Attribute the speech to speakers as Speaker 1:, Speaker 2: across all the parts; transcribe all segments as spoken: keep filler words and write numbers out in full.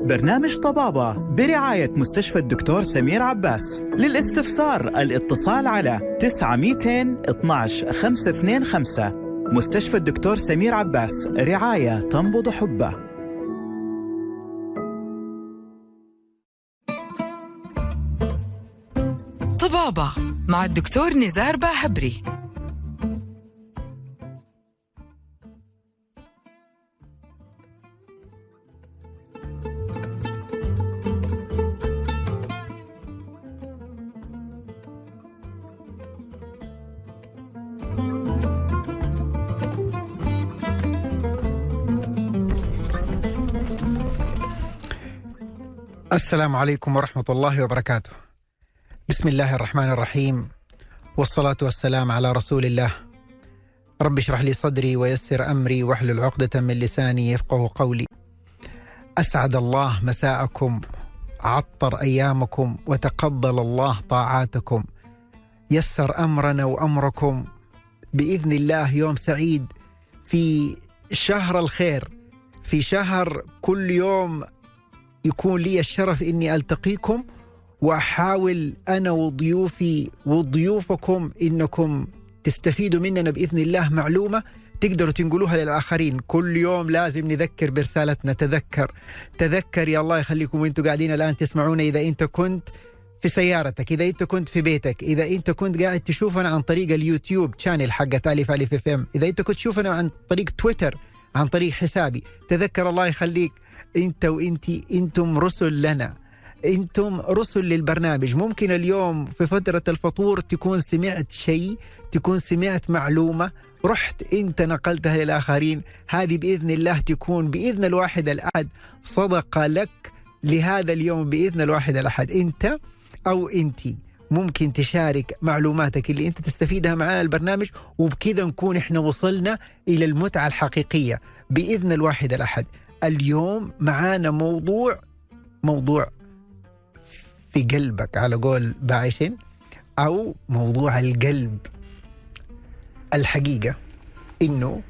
Speaker 1: برنامج طبابة برعاية مستشفى الدكتور سمير عباس. للاستفسار الاتصال على تسعة مئتين اثناش خمسة اثنين خمسة. مستشفى الدكتور سمير عباس، رعاية تنبض حبه.
Speaker 2: طبابة مع الدكتور نزار باحبري.
Speaker 3: السلام عليكم ورحمة الله وبركاته. بسم الله الرحمن الرحيم، والصلاة والسلام على رسول الله. رب اشرح لي صدري ويسر أمري واحلل عقدة من لساني يفقه قولي. أسعد الله مساءكم، عطر أيامكم، وتقبل الله طاعاتكم، يسر أمرنا وأمركم بإذن الله. يوم سعيد في شهر الخير، في شهر كل يوم يكون لي الشرف إني ألتقيكم وأحاول أنا وضيوفي وضيوفكم إنكم تستفيدوا مننا بإذن الله معلومة تقدروا تنقلوها للآخرين. كل يوم لازم نذكر برسالتنا. تذكر تذكر يا الله يخليكم وإنتوا قاعدين الآن تسمعونا. إذا أنت كنت في سيارتك، إذا أنت كنت في بيتك، إذا أنت كنت قاعد تشوفنا عن طريق اليوتيوب شانل حقت ألف ألف اف ام، إذا أنت كنت تشوفنا عن طريق تويتر، عن طريق حسابي، تذكر الله يخليك انت وانتي انتم رسل لنا، انتم رسل للبرنامج. ممكن اليوم في فترة الفطور تكون سمعت شيء، تكون سمعت معلومة، رحت انت نقلتها للآخرين. هذه بإذن الله تكون بإذن الواحد الأحد صدقة لك لهذا اليوم بإذن الواحد الأحد. انت او انتي ممكن تشارك معلوماتك اللي انت تستفيدها معنا البرنامج، وبكذا نكون احنا وصلنا إلى المتعة الحقيقية بإذن الواحد الأحد. اليوم معانا موضوع موضوع في قلبك على قول باعشين، أو موضوع القلب. الحقيقة إنه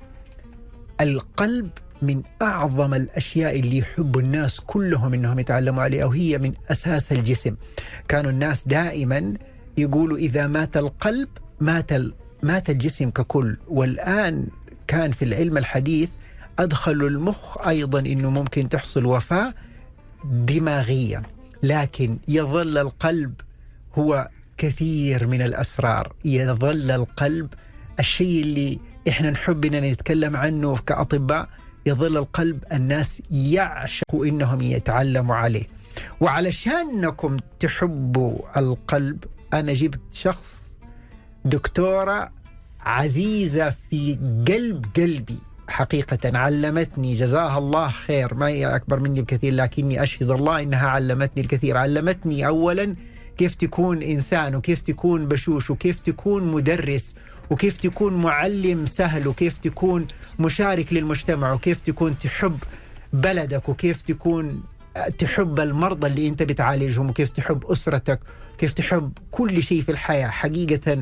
Speaker 3: القلب من أعظم الأشياء اللي يحب الناس كلهم إنهم يتعلموا عليه، أو هي من أساس الجسم. كانوا الناس دائما يقولوا إذا مات القلب مات, مات الجسم ككل. والآن كان في العلم الحديث أدخلوا المخ أيضا إنه ممكن تحصل وفاة دماغية، لكن يظل القلب هو كثير من الأسرار. يظل القلب الشيء اللي إحنا نحب إننا نتكلم عنه كأطباء. يظل القلب الناس يعشقوا إنهم يتعلموا عليه. وعلشانكم تحبوا القلب أنا جبت شخص، دكتورة عزيزة في قلب قلبي حقيقة، علمتني جزاها الله خير، ما هي أكبر مني بكثير لكني أشهد الله إنها علمتني الكثير. علمتني أولا كيف تكون إنسان، وكيف تكون بشوش، وكيف تكون مدرس، وكيف تكون معلم سهل، وكيف تكون مشارك للمجتمع، وكيف تكون تحب بلدك، وكيف تكون تحب المرضى اللي أنت بتعالجهم، وكيف تحب أسرتك، وكيف تحب كل شيء في الحياة حقيقة.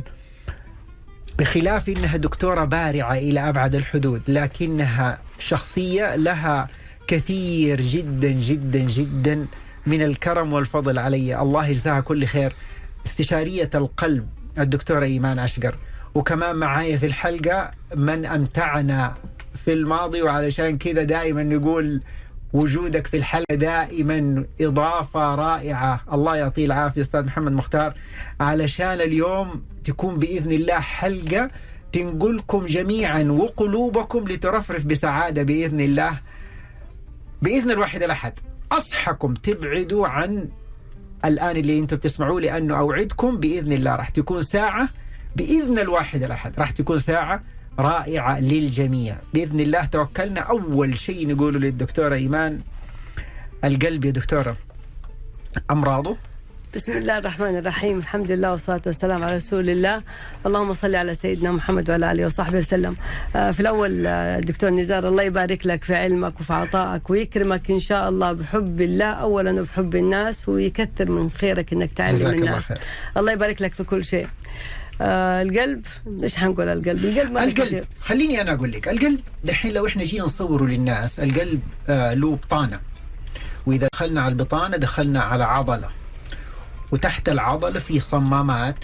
Speaker 3: بخلاف إنها دكتورة بارعة إلى أبعد الحدود، لكنها شخصية لها كثير جدا جدا جدا من الكرم والفضل علي. الله يجزاها كل خير. استشارية القلب الدكتورة إيمان أشقر. وكمان معايا في الحلقة من أمتعنا في الماضي، وعلشان كذا دائما نقول وجودك في الحلقة دائما إضافة رائعة. الله يعطيه العافية أستاذ محمد مختار، علشان اليوم تكون بإذن الله حلقة تنقلكم جميعا وقلوبكم لترفرف بسعادة بإذن الله، بإذن الواحد الأحد. أصحكم تبعدوا عن الآن اللي أنتم بتسمعوه، لأنه أوعدكم بإذن الله راح تكون ساعة بإذن الواحد الأحد، راح تكون ساعة رائعة للجميع بإذن الله. توكلنا. أول شيء نقوله للدكتورة إيمان، القلب يا دكتورة أمراضه.
Speaker 4: بسم الله الرحمن الرحيم، الحمد لله والصلاة والسلام على رسول الله. اللهم صل على سيدنا محمد وعلى آله وصحبه وسلم. في الأول الدكتور نزار الله يبارك لك في علمك وفي عطائك ويكرمك إن شاء الله بحب الله أولا وبحب الناس، ويكثر من خيرك إنك تعلم الناس. الله, الله يبارك لك في كل شيء. آه القلب مش حنقول القلب القلب ما
Speaker 3: القلب خليني أنا أقول لك القلب دحين لو إحنا جينا نصوره للناس، القلب آه له بطانة، وإذا دخلنا على البطانة دخلنا على عضلة، وتحت العضلة في صمامات،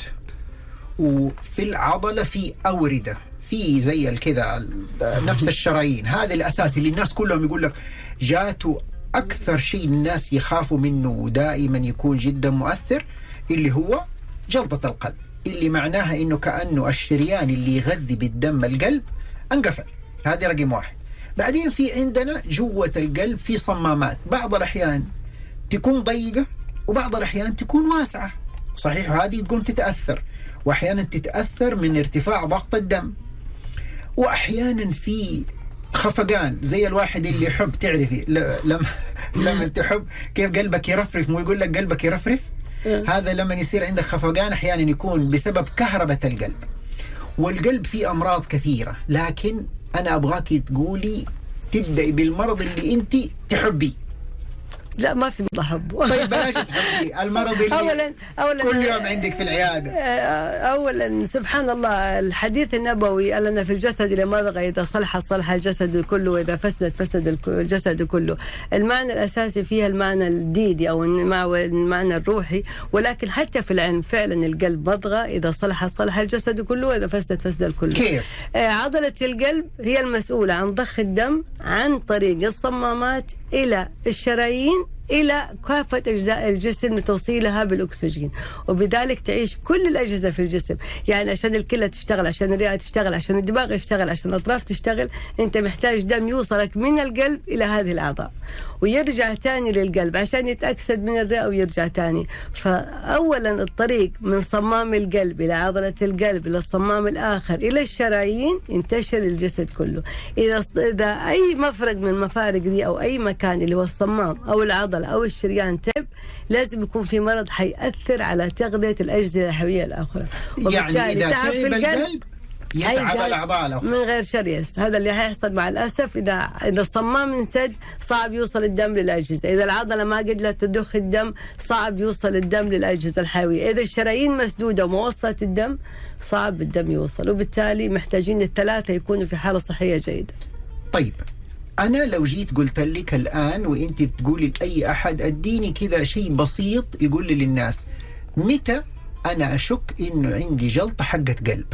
Speaker 3: وفي العضلة في أوردة، في زي الكذا نفس الشرايين. هذا الأساس اللي الناس كلهم يقول لك جاته أكثر شيء الناس يخافوا منه ودائما يكون جدا مؤثر، اللي هو جلطة القلب، اللي معناها إنه كأنه الشريان اللي يغذي بالدم القلب انقفل. هذه رقم واحد. بعدين في عندنا جوة القلب في صمامات، بعض الأحيان تكون ضيقة وبعض الأحيان تكون واسعة، صحيح؟ هذه تقوم تتأثر، وأحيانا تتأثر من ارتفاع ضغط الدم، وأحيانا في خفقان زي الواحد اللي يحب، تعرفي لما لما تحب كيف قلبك يرفرف، مو يقول لك قلبك يرفرف؟ هذا لما يصير عندك خفقان أحيانا يكون بسبب كهربة القلب. والقلب فيه أمراض كثيرة، لكن أنا أبغاكي تقولي تبدأي بالمرض اللي أنت تحبيه.
Speaker 4: لا ما في مرض أحبه.
Speaker 3: طيب بلاش تحبي المرض اللي
Speaker 4: أولاً أولاً
Speaker 3: كل يوم عندك في العيادة.
Speaker 4: أولا سبحان الله، الحديث النبوي قال لنا في الجسد إلى مضغة، إذا صلح صلح الجسد كله، وإذا فسد فسد الجسد كله. المعنى الأساسي فيها المعنى الديني أو المعنى الروحي، ولكن حتى في العلم فعلا القلب مضغة، إذا صلح صلح الجسد كله، وإذا فسد فسد الكل.
Speaker 3: كيف؟
Speaker 4: عضلة القلب هي المسؤولة عن ضخ الدم عن طريق الصمامات إلى الشرايين إلى كافة أجزاء الجسم لتوصيلها بالأكسجين، وبذلك تعيش كل الأجهزة في الجسم. يعني عشان الكلى تشتغل، عشان الرئة تشتغل، عشان الدماغ يشتغل، عشان الأطراف تشتغل، أنت محتاج دم يوصلك من القلب إلى هذه الأعضاء ويرجع تاني للقلب عشان يتأكسد من الرئة ويرجع تاني. فأولا الطريق من صمام القلب إلى عضلة القلب إلى الصمام الآخر إلى الشرايين ينتشر الجسد كله. إذا إذا أي مفرق من المفارق دي أو أي مكان اللي هو الصمام أو العضلة أو الشريان تعب، لازم يكون في مرض حيأثر على تغذية الأجزاء الحيوية الأخرى.
Speaker 3: يعني إذا تعب في القلب يتعب الأعضاء الأخرى
Speaker 4: من غير شريس. هذا اللي هيحصل مع الأسف. إذا إذا الصمام انسد صعب يوصل الدم للأجهزة، إذا العضلة ما قدرت تضخ الدم صعب يوصل الدم للأجهزة الحيوية، إذا الشرايين مسدودة وما وصلت الدم صعب الدم يوصل، وبالتالي محتاجين الثلاثة يكونوا في حالة صحية جيدة.
Speaker 3: طيب أنا لو جيت قلت لك الآن وإنت تقولي لأي أحد اديني كذا شيء بسيط يقول لي للناس متى أنا أشك إنه عندي جلطة حقة قلب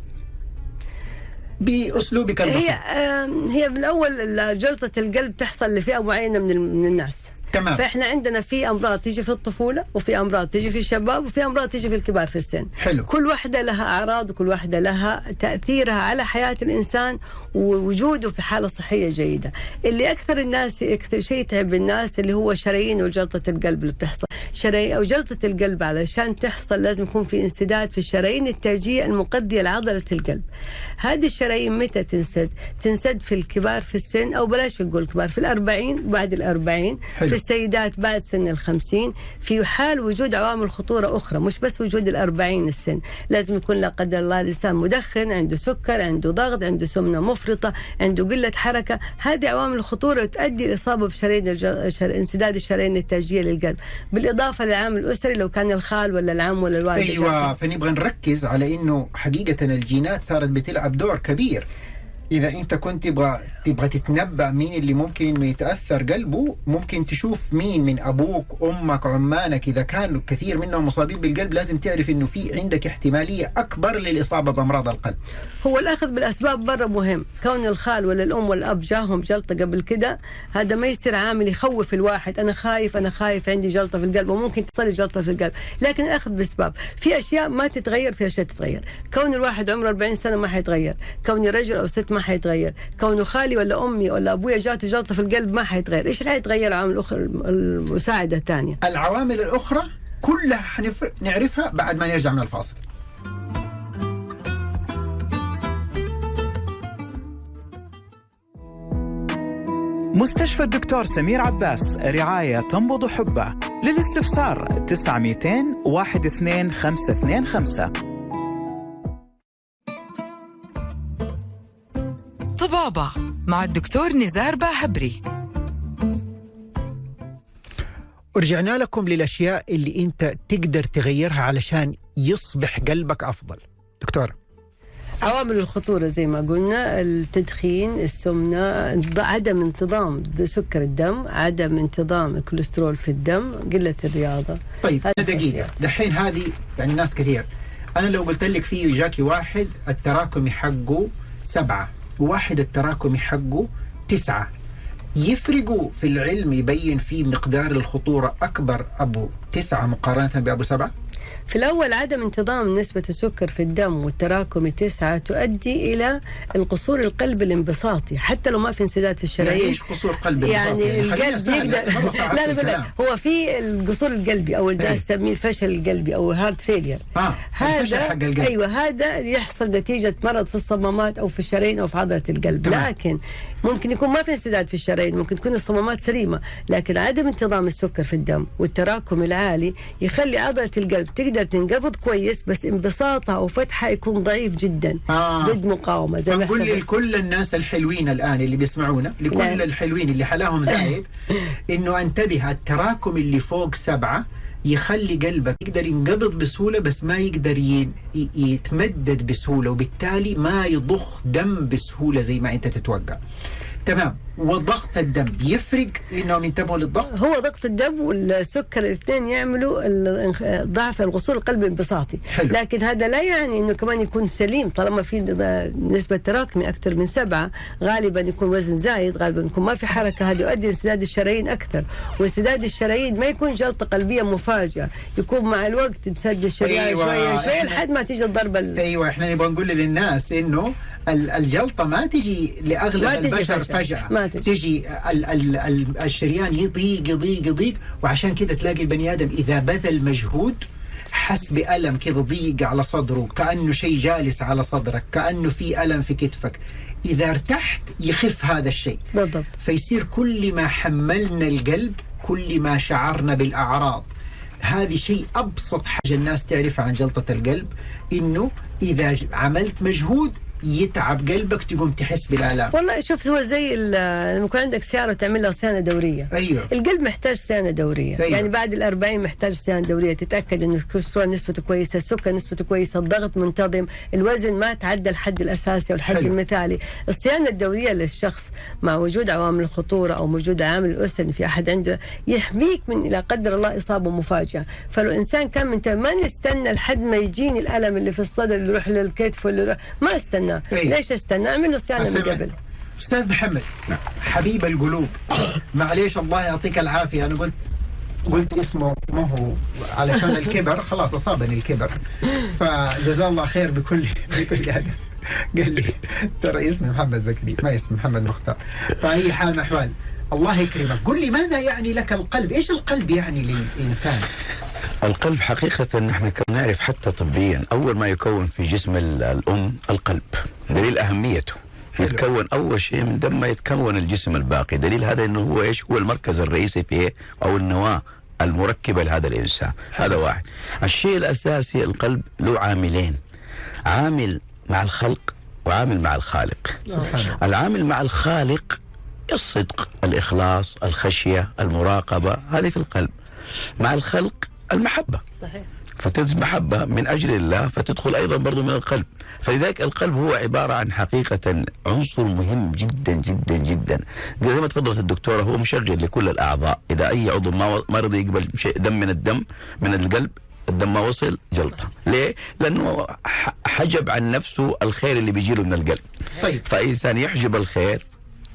Speaker 3: بأسلوبك البسيط؟
Speaker 4: هي هي بالأول جلطة القلب تحصل لفئة معينة من من الناس.
Speaker 3: تمام.
Speaker 4: فإحنا عندنا في أمراض تيجي في الطفولة، وفي أمراض تيجي في الشباب، وفي أمراض تيجي في الكبار في السن.
Speaker 3: حلو.
Speaker 4: كل واحدة لها أعراض، وكل واحدة لها تأثيرها على حياة الإنسان ووجوده في حالة صحية جيدة. اللي أكثر الناس أكثر شيء يتعب الناس اللي هو شرايين وجلطة القلب اللي بتحصل. شرايين أو جلطة القلب علشان تحصل لازم يكون في انسداد في الشرايين التاجية المقدية لعضلة القلب. هذه الشرايين متى تنسد؟ تنسد في الكبار في السن، أو بلاش نقول الكبار، في الأربعين، بعد الأربعين. حلو. في السيدات بعد سن الخمسين، في حال وجود عوامل خطورة أخرى، مش بس وجود الأربعين السن. لازم يكون لا قدر الله الإنسان مدخن، عنده سكر، عنده ضغط، عنده سمنة مفرطة، عنده قلة حركة. هذه عوامل الخطورة تؤدي الإصابة بشرايين الجل... شر... انسداد الشرايين التاجية للقلب، بالإضافة للعامل الأسري لو كان الخال ولا العم ولا الوالد.
Speaker 3: أيوة، فنبغى نركز على إنه حقيقة الجينات صارت بتلعب دور كبير. إذا أنت كنت تبغى تبغى تتنبأ مين اللي ممكن إنه يتأثر قلبه، ممكن تشوف مين من أبوك أمك عمانك، إذا كانوا كثير منهم مصابين بالقلب لازم تعرف إنه في عندك احتمالية أكبر للإصابة بأمراض القلب.
Speaker 4: هو الأخذ بالأسباب برا مهم. كون الخال ولا الأم ولا الأب جاهم جلطة قبل كده، هذا ما يصير عامل يخوف الواحد. أنا خايف أنا خايف عندي جلطة في القلب، وممكن تصير جلطة في القلب. لكن الأخذ بأسباب. في أشياء ما تتغير، في أشياء تتغير. كون الواحد عمره أربعين سنة ما حيتغير، كوني رجل أو ست ما حيتغير، كونه خالي ولا أمي ولا أبويا جاته جلطة في القلب ما حيتغير. إيش اللي حيتغير؟ العوامل الأخرى المساعدة الثانية.
Speaker 3: العوامل الأخرى كلها حنف... نعرفها بعد ما نرجع من الفاصل.
Speaker 1: مستشفى الدكتور سمير عباس، رعاية تنبض حبه. للاستفسار تسعة مئتين واحد اثنين خمسة اثنين خمسة.
Speaker 2: طبابة مع الدكتور نزار باهبري.
Speaker 3: ورجعنا لكم للأشياء اللي أنت تقدر تغيرها علشان يصبح قلبك أفضل. دكتور،
Speaker 4: عوامل الخطورة زي ما قلنا: التدخين، السمنة، عدم انتظام سكر الدم، عدم انتظام الكوليسترول في الدم، قلة الرياضة.
Speaker 3: طيب دقيقة، دحين هذه يعني ناس كثير، أنا لو قلت لك فيه جاكي واحد التراكمي حقه سبعة وواحد التراكمي حقه تسعة، يفرقوا في العلم يبين فيه مقدار الخطورة أكبر أبو تسعة مقارنة بأبو سبعة؟
Speaker 4: في الأول عدم انتظام نسبة السكر في الدم والتراكم تسعة تؤدي إلى القصور القلب الانبساطي، حتى لو ما في انسداد في الشرايين.
Speaker 3: يعني إيش قصور قلب
Speaker 4: يعني, يعني القلب يقدر لا لا لا هو في القصور القلبي أو الناس تسميه الفشل القلبي أو هارت فيلير.
Speaker 3: آه.
Speaker 4: هذا أيوة هذا يحصل نتيجة مرض في الصمامات أو في الشرايين أو في عضلة القلب. طبعا. لكن ممكن يكون ما في انسداد في الشرايين، ممكن تكون الصمامات سليمة، لكن عدم انتظام السكر في الدم والتراكم العالي يخلي عضلة القلب تقدر تنقبض كويس، بس انبساطها أو فتحها يكون ضعيف جدا. آه. ضد مقاومة. زي ما
Speaker 3: فنقول لكل الناس الحلوين الآن اللي بيسمعونا، لكل لا. الحلوين اللي حلاهم زايد إنه انتبه، التراكم اللي فوق سبعة يخلي قلبك يقدر ينقبض بسهولة بس ما يقدر يتمدد بسهولة، وبالتالي ما يضخ دم بسهولة زي ما أنت تتوقع. تمام. وضغط الدم يفرق انهم ينتبهوا للضغط؟
Speaker 4: هو ضغط الدم والسكر الاثنين يعملوا ضعف القصور القلبي الانبساطي. حلو. لكن هذا لا يعني انه كمان يكون سليم، طالما في نسبه تراكمي اكثر من سبعه غالبا يكون وزن زايد، غالبا يكون ما في حركه، هذا يؤدي انسداد الشرايين اكثر، وانسداد الشرايين ما يكون جلطه قلبيه مفاجئه، يكون مع الوقت تنسد الشرايين. أيوة. شويه شويه لحد ما تيجي الضربه.
Speaker 3: ايوه احنا نبغى نقول للناس انه الجلطه ما تجي لاغلب البشر فجاه، ما تجي, تجي ال ال ال الشريان يضيق يضيق يضيق، وعشان كذا تلاقي البني آدم إذا بذل مجهود حس بألم كذا، ضيق على صدره، كأنه شيء جالس على صدرك، كأنه في ألم في كتفك. إذا ارتحت يخف هذا الشيء
Speaker 4: بالضبط.
Speaker 3: فيصير كل ما حملنا القلب كل ما شعرنا بالأعراض. هذه شيء أبسط حاجة الناس تعرفها عن جلطة القلب، إنه إذا عملت مجهود يتعب قلبك تقوم تحس بالآلام.
Speaker 4: والله شوف، هو زي لما يكون عندك سيارة وتعمل لها صيانة دورية.
Speaker 3: أيوه.
Speaker 4: القلب محتاج صيانة دورية. أيوه. يعني بعد الأربعين محتاج صيانة دورية، تتأكد إن الكوليسترول نسبته كويسة، السكر نسبته كويسة، الضغط منتظم، الوزن ما تعدى الحد الأساسي أو الحد المثالي. الصيانة الدورية للشخص مع وجود عوامل الخطورة أو وجود عامل الأسرة إن في أحد عنده يحميك من لا قدر الله إصابة مفاجئة. فلو إنسان كان من ما نستنى لحد ما يجيني الألم اللي في الصدر اللي يروح للكتف واللي يروح، ما استنى. أيه. ليش استنى؟ اعمل له صيانه من قبل.
Speaker 3: استاذ محمد، حبيب القلوب، معليش الله يعطيك العافيه، انا قلت قلت اسمه ما هو علشان الكبر، خلاص اصابني الكبر، فجزاه الله خير بكل بكل هذا. قال لي ترى اسمي محمد زكريا ما اسمي محمد مختار. فأي حال من الاحوال الله يكرمك، قل لي ماذا يعني لك القلب؟ ايش القلب يعني للانسان؟
Speaker 5: القلب حقيقة نحن كنا نعرف حتى طبيا أول ما يكون في جسم الأم القلب، دليل أهميته. يتكون أول شيء من دم ما يتكون الجسم الباقي، دليل هذا أنه هو إيش هو المركز الرئيسي فيه أو النواة المركبة لهذا الإنسان. هذا واحد. الشيء الأساسي القلب له عاملين، عامل مع الخلق وعامل مع الخالق. سبحان. العامل مع الخالق الصدق، الإخلاص، الخشية، المراقبة، هذه في القلب. مع الخلق المحبة. صحيح. فتجد محبة من أجل الله فتدخل أيضا برضو من القلب. فلذلك القلب هو عبارة عن حقيقة عنصر مهم جدا جدا جدا. زي ما تفضلت الدكتورة، هو مشغل لكل الأعضاء. إذا أي عضو ما رضي يقبل دم من الدم من القلب، الدم ما وصل، جلطة. ليه؟ لأنه حجب عن نفسه الخير اللي بيجيله من القلب.
Speaker 3: طيب.
Speaker 5: فإنسان يحجب الخير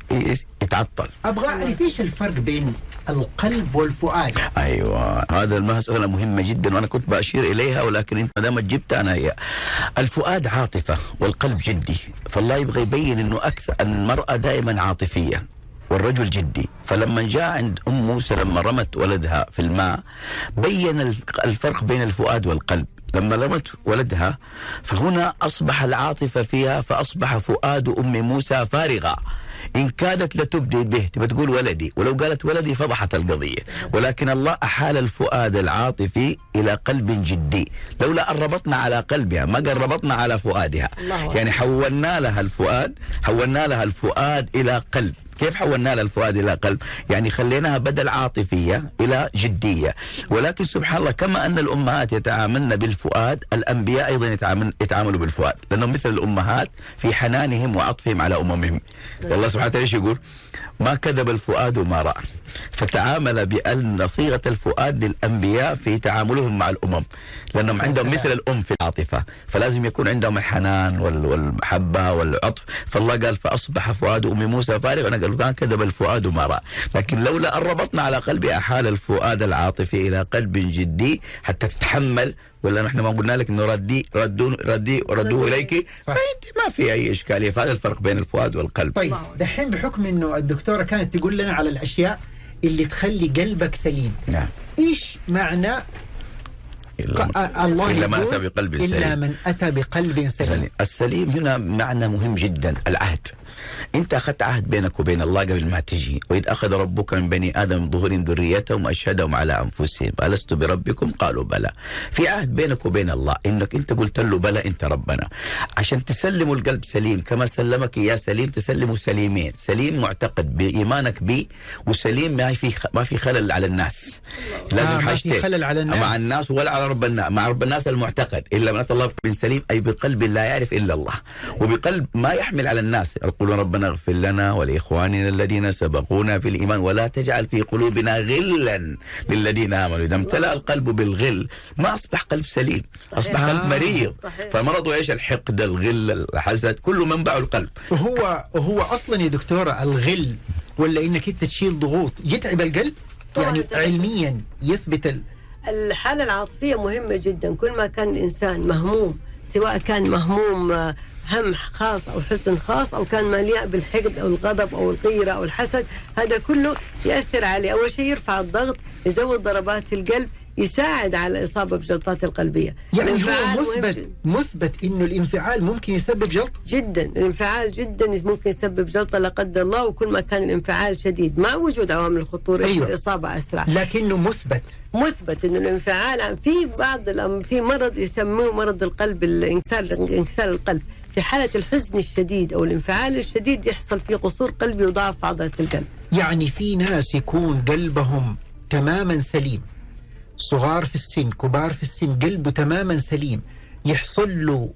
Speaker 5: يتعطل.
Speaker 3: أبغى أعرف إيش الفرق بين القلب والفؤاد؟
Speaker 5: ايوه، هذا المسألة مهمة جدا وانا كنت باشير اليها، ولكن انت ما دام جبت انا هي. الفؤاد عاطفة والقلب جدي، فالله يبغى يبين انه اكثر المرأة دائما عاطفية والرجل جدي. فلما جاء عند ام موسى لما رمت ولدها في الماء بين الفرق بين الفؤاد والقلب. لما رمت ولدها فهنا اصبح العاطفة فيها، فاصبح فؤاد ام موسى فارغا، إن كادت لتبدي به، تبى تقول ولدي، ولو قالت ولدي فضحت القضية. ولكن الله أحال الفؤاد العاطفي إلى قلب جدي، لولا أن ربطنا على قلبها ما قال ربطنا على فؤادها. يعني حولنا لها الفؤاد، حولنا لها الفؤاد إلى قلب. كيف حولنا الفؤاد إلى قلب؟ يعني خليناها بدل عاطفية إلى جدية. ولكن سبحان الله كما أن الأمهات يتعاملن بالفؤاد، الأنبياء أيضا يتعامل يتعاملوا بالفؤاد، لأنهم مثل الأمهات في حنانهم وعطفهم على أممهم. الله سبحانه وتعالى ايش يقول؟ ما كذب الفؤاد ما رأى. فتعامل بأن صيغة الفؤاد للأنبياء في تعاملهم مع الأمم، لأنهم عندهم مثل الأم في العاطفة، فلازم يكون عندهم الحنان والمحبة والعطف. فالله قال فأصبح فؤاد أم موسى فارغا، أنا قال كان كذب الفؤاد ما رأى. لكن لولا أن ربطنا على قلبي أحال الفؤاد العاطفي إلى قلب جدي حتى تتحمل، ولا نحن ما قلنا لك انه ردي ردوا ردي ردوه اليك، فانت ما في اي اشكاليه. فهذا الفرق بين الفؤاد والقلب.
Speaker 3: طيب دحين بحكم انه الدكتوره كانت تقول لنا على الاشياء اللي تخلي قلبك سليم،
Speaker 5: نعم،
Speaker 3: ايش معنى
Speaker 5: إلا,
Speaker 3: الله
Speaker 5: إلا من أتى بقلب سليم؟
Speaker 3: إلا من أتى بقلب سليم.
Speaker 5: سليم. السليم هنا معنى مهم جدا، العهد. أنت أخذت عهد بينك وبين الله قبل ما تجي، وإذ أخذ ربك من بني آدم من ظهورهم ذريتهم وأشهدهم على أنفسهم ألست بربكم قالوا بلى. في عهد بينك وبين الله، إنك أنت قلت له بلى أنت ربنا، عشان تسلموا القلب سليم كما سلمك يا سليم، تسلموا سليمين، سليم معتقد بإيمانك به، وسليم ما في ما في خلل على الناس. لازم
Speaker 3: آه
Speaker 5: حاجتين،
Speaker 3: ما في خلل على الناس،
Speaker 5: مع الناس ولا على رب الناس. مع رب الناس المعتقد إلا من أتى الله بقلب سليم، أي بقلب لا يعرف إلا الله، وبقلب ما يحمل على الناس. يقولون ربنا اغفر لنا ولإخواننا الذين سبقونا في الإيمان ولا تجعل في قلوبنا غلا للذين آمنوا. إذا امتلأ القلب بالغل ما أصبح قلب سليم، أصبح قلب مريض. فمرضه إيش؟ الحقد، الغل، الحسد، كله منبعه القلب.
Speaker 3: وهو وهو أصلا يا دكتورة الغل ولا إنك أنت تشيل ضغوط يتعب القلب، يعني علميا يثبت ال...
Speaker 4: الحالة العاطفية مهمة جدا. كل ما كان الإنسان مهموم، سواء كان مهموم هم خاص أو حزن خاص، أو كان مليء بالحقد أو الغضب أو الغيرة أو الحسد، هذا كله يأثر عليه. أول شيء يرفع الضغط، يزود ضربات القلب، يساعد على الإصابة بجلطات القلبية.
Speaker 3: يعني هو مثبت مثبت إنه الانفعال ممكن يسبب جلط؟
Speaker 4: جدا، الانفعال جدا ممكن يسبب جلطة لا قدر الله. وكل ما كان الانفعال شديد مع وجود عوامل الخطورة يصير أيوة. الإصابة أسرع.
Speaker 3: لكنه مثبت
Speaker 4: مثبت إنه الانفعال في بعض في مرض يسموه مرض القلب، الانكسار انكسار القلب. في حالة الحزن الشديد أو الانفعال الشديد يحصل فيه قصور قلبي وضعف عضلة القلب.
Speaker 3: يعني في ناس يكون قلبهم تماما سليم، صغار في السن، كبار في السن، قلبه تماما سليم، يحصل له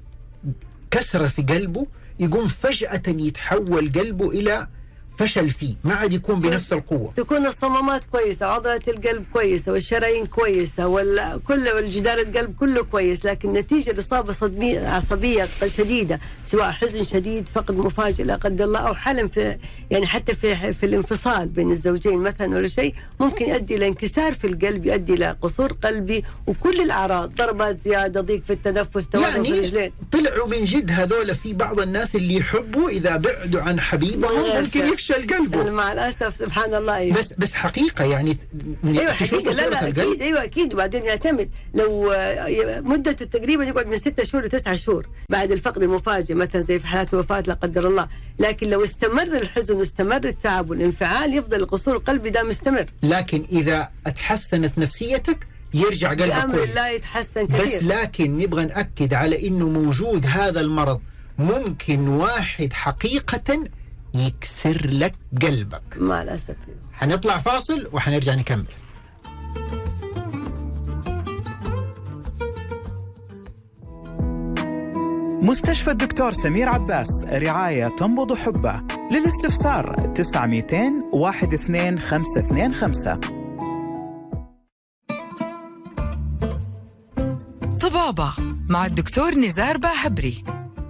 Speaker 3: كسرة في قلبه، يقوم فجأة يتحول قلبه إلى فشل فيه، ما عاد يكون بنفس القوة.
Speaker 4: تكون الصمامات كويسة، عضلة القلب كويسة، والشرايين كويسة، وكل والجدار القلب كله كويس، لكن نتيجة لإصابة صدمية عصبية شديدة، سواء حزن شديد، فقد مفاجئ لا قدر الله، أو حالم في يعني حتى في في الانفصال بين الزوجين مثلا ولا شيء، ممكن يؤدي إلى انكسار في القلب، يؤدي إلى قصور قلبي وكل الأعراض، ضربات زيادة، ضيق في التنفس، توازن
Speaker 3: يعني
Speaker 4: في الرجلين.
Speaker 3: طلعوا من جد هذول في بعض الناس اللي يحبوا إذا بعدوا عن حبيبهم ممكن يفشل قلبه
Speaker 4: مع الأسف. سبحان الله. أيوة.
Speaker 3: بس بس حقيقة يعني
Speaker 4: أيوة حقيقة. لا لا أكيد. أيوة أكيد. وبعدين يعتمد لو مدته تقريبا يقعد من ستة شهور لتسعة شهور بعد الفقد المفاجئ مثلا زي في حالات الوفاة لا قدر الله. لكن لو استمر الحزن واستمر التعب والانفعال يفضل القصور القلبي ده مستمر.
Speaker 3: لكن إذا اتحسنت نفسيتك يرجع قلبك
Speaker 4: بأمر
Speaker 3: كويس.
Speaker 4: الله يتحسن كثير.
Speaker 3: بس لكن نبغى نأكد على إنه موجود هذا المرض، ممكن واحد حقيقة يكسر لك قلبك
Speaker 4: مع الأسف.
Speaker 3: حنطلع فاصل وحنرجع نكمل.
Speaker 1: مستشفى الدكتور سمير عباس، رعاية تنبض حبه. للاستفسار تسعة مئتين واحد اثنين خمسة اثنين خمسة.
Speaker 2: طبابة مع الدكتور نزار باحبري.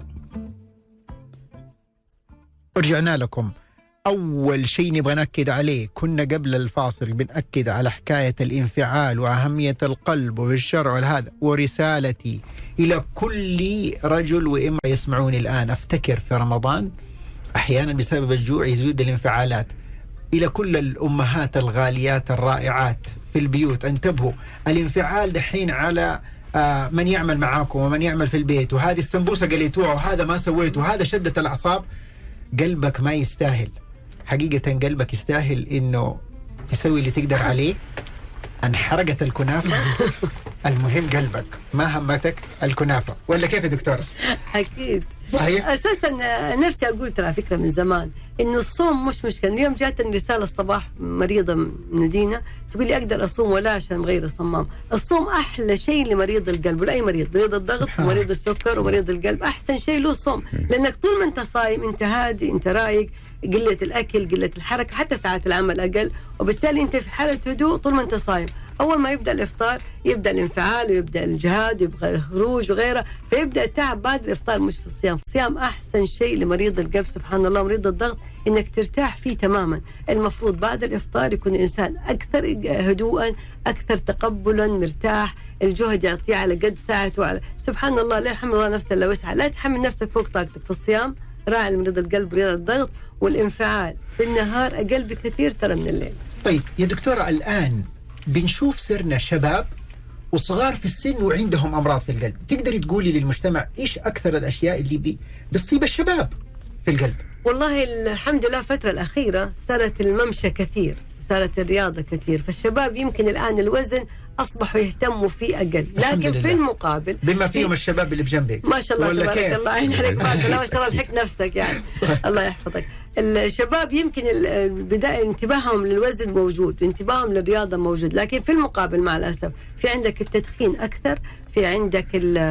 Speaker 3: رجعنا لكم. أول شيء نبغى نأكد عليه، كنا قبل الفاصل بنأكد على حكاية الانفعال وأهمية القلب والشرع والهذا، ورسالتي إلى كل رجل وإمرأة يسمعوني الآن. أفتكر في رمضان أحيانا بسبب الجوع يزيد الانفعالات. إلى كل الأمهات الغاليات الرائعات في البيوت، انتبهوا، الانفعال دحين على آه من يعمل معاكم ومن يعمل في البيت، وهذه السمبوسة قليتوها وهذا ما سويته وهذا شدة الأعصاب. قلبك ما يستاهل حقيقة، قلبك يستاهل إنه تسوي اللي تقدر عليه. انحرقت الكنافة المهم قلبك، ما همتك الكنافة، ولا كيف يا دكتورة؟
Speaker 4: أكيد
Speaker 3: صحيح.
Speaker 4: أساسا نفسي أقول ترى فكرة من زمان، إنه الصوم مش مشكلة. اليوم جاتني رسالة الصباح مريضة من مدينة تقول لي أقدر أصوم ولا عشان غير الصمام. الصوم أحلى شيء لمريض القلب ولا أي مريض، مريض الضغط ومريض السكر ومريض القلب، أحسن شيء له الصوم، لأنك طول ما أنت صايم أنت هادي، أنت رايق، قلة الأكل، قلة الحركة، حتى ساعات العمل أقل، وبالتالي أنت في حالة هدوء طول ما أنت صايم. أول ما يبدأ الإفطار يبدأ الانفعال ويبدأ الجهاد ويبقى الخروج وغيره، فيبدأ التعب بعد الإفطار مش في الصيام. الصيام أحسن شيء لمريض القلب سبحان الله، مريض الضغط، إنك ترتاح فيه تماما. المفروض بعد الإفطار يكون الإنسان أكثر هدوءا، أكثر تقبلا، مرتاح، الجهد يعطيه على قد ساعته وعلى... سبحان الله لا يحمل الله نفسا إلا وسعها. لا تحمل نفسك فوق طاقتك في الصيام. راعي مريض القلب، مريض الضغط، والانفعال في النهار أقل بكثير ترى من الليل.
Speaker 3: طيب يا دكتورة، الآن بنشوف سرنا شباب وصغار في السن وعندهم أمراض في القلب، تقدري تقولي للمجتمع إيش أكثر الأشياء اللي بي بتصيب الشباب في القلب؟
Speaker 4: والله الحمد لله الفترة الأخيرة صارت الممشى كثير، صارت الرياضة كثير، فالشباب يمكن الآن الوزن أصبحوا يهتموا فيه أقل، لكن في المقابل
Speaker 3: بما فيهم في الشباب اللي بجنبك
Speaker 4: ما شاء الله تبارك كيف؟ الله عين عليك، ما شاء الله ما شاء الله الحق نفسك يعني الله يحفظك. الشباب يمكن البداية انتباههم للوزن موجود وانتباههم للرياضة موجود، لكن في المقابل مع الأسف في عندك التدخين أكثر، في عندك